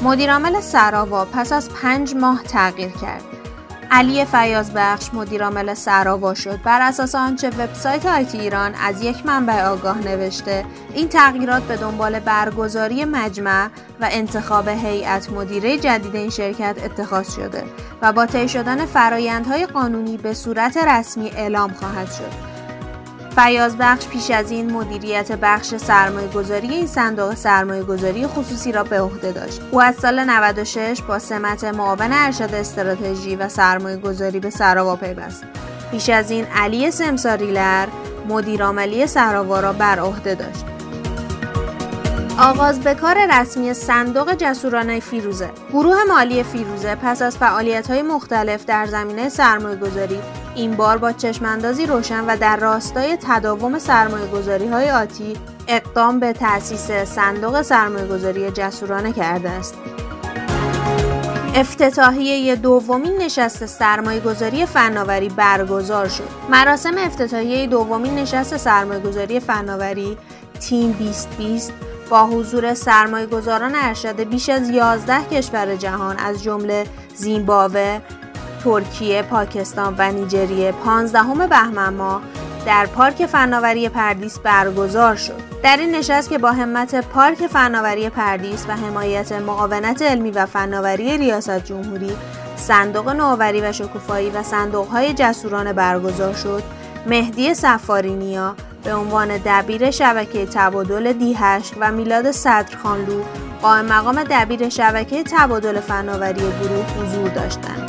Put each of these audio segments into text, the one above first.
مدیرعامل سراوا پس از 5 ماه تغییر کرد. علی فیاضبخش مدیرعامل سراوا شد. بر اساس آنچه وبسایت آیتی ایران از یک منبع آگاه نوشته، این تغییرات به دنبال برگزاری مجمع و انتخاب هیئت مدیره جدید این شرکت اتخاذ شده و با طی شدن فرآیندهای قانونی به صورت رسمی اعلام خواهد شد. فیاضبخش پیش از این مدیریت بخش سرمایه‌گذاری این صندوق سرمایه‌گذاری خصوصی را به عهده داشت. او از سال 96 با سمت معاون ارشد استراتژی و سرمایه‌گذاری به سراوا پیوست. پیش از این علی سمساریلر مدیرعاملی سراوا را بر عهده داشت. آغاز به کار رسمی صندوق جسورانه فیروزه. گروه مالی فیروزه پس از فعالیت‌های مختلف در زمینه سرمایه‌گذاری این بار با چشم‌اندازی روشن و در راستای تداوم سرمایه‌گذاری‌های آتی اقدام به تأسیس صندوق سرمایه‌گذاری جسورانه کرده است. افتتاحیه دومین نشست سرمایه‌گذاری فناوری برگزار شد. مراسم افتتاحیه دومین نشست سرمایه‌گذاری فناوری تیم 2020 با حضور سرمایه‌گذاران ارشد بیش از 11 کشور جهان از جمله زیمبابوه، ترکیه، پاکستان و نیجریه 15 بهمن ماه در پارک فناوری پردیس برگزار شد. در این نشست که با همت پارک فناوری پردیس و حمایت معاونت علمی و فناوری ریاست جمهوری، صندوق نوآوری و شکوفایی و صندوق‌های جسورانه برگزار شد، مهدی صفارینیا به عنوان دبیر شبکه تبادل دی8 و میلاد صدرخانلو قائم مقام دبیر شبکه تبادل فناوری گروه حضور داشتند.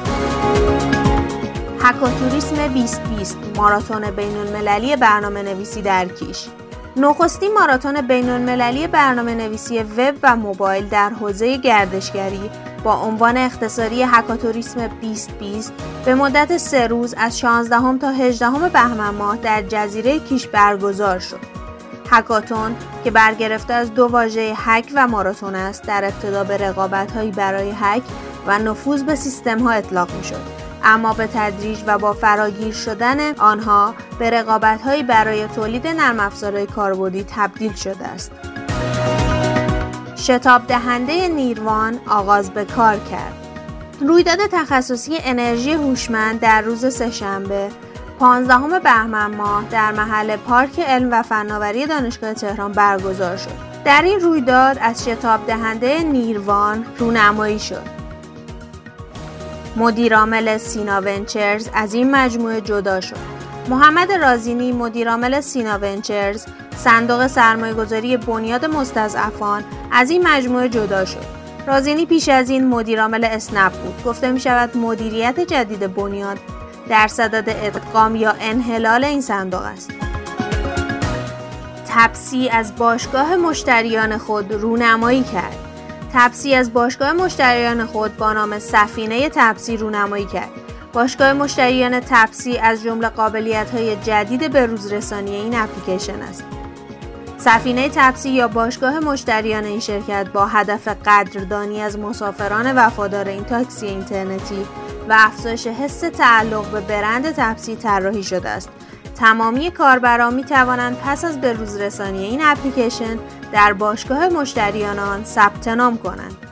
هکاتوریسم 2020 ماراتون بین‌المللی برنامه‌نویسی در کیش. نخستین ماراتون بین‌المللی برنامه‌نویسی وب و موبایل در حوزه گردشگری با عنوان اختصاری هکاتوریسم 2020 به مدت 3 روز از 16 تا 18 بهمن ماه در جزیره کیش برگزار شد. هکاتون که برگرفته از 2 واژه هک و ماراتون است، در ابتدا به رقابت‌هایی برای هک و نفوذ به سیستم‌ها اطلاق می‌شد، اما به تدریج و با فراگیر شدن آنها به رقابت‌هایی برای تولید نرم افزارهای کاربردی تبدیل شده است. شتاب دهنده نیروان آغاز به کار کرد. رویداد تخصصی انرژی هوشمند در روز سه‌شنبه 15 بهمن ماه در محل پارک علم و فناوری دانشگاه تهران برگزار شد. در این رویداد از شتاب دهنده نیروان رونمایی شد. مدیرعامل سینا ونچرز از این مجموعه جدا شد. محمد رازینی مدیرعامل سینا ونچرز صندوق سرمایه‌گذاری بنیاد مستضعفان از این مجموعه جدا شد. رازینی پیش از این مدیرعامل اسنپ بود. گفته می شود مدیریت جدید بنیاد در صدد ادغام یا انحلال این صندوق است. تپسی از باشگاه مشتریان خود رونمایی کرد. تپسی از باشگاه مشتریان خود با نام سفینه تپسی رونمایی کرد. باشگاه مشتریان تپسی از جمله قابلیت‌های جدید به روز رسانی این اپلیکیشن است. سفینه تپسی یا باشگاه مشتریان این شرکت با هدف قدردانی از مسافران وفادار این تاکسی اینترنتی و افزایش حس تعلق به برند تپسی طراحی شده است. تمامی کاربران می توانند پس از به روز رسانی این اپلیکیشن در باشگاه مشتریان آن ثبت نام کنند.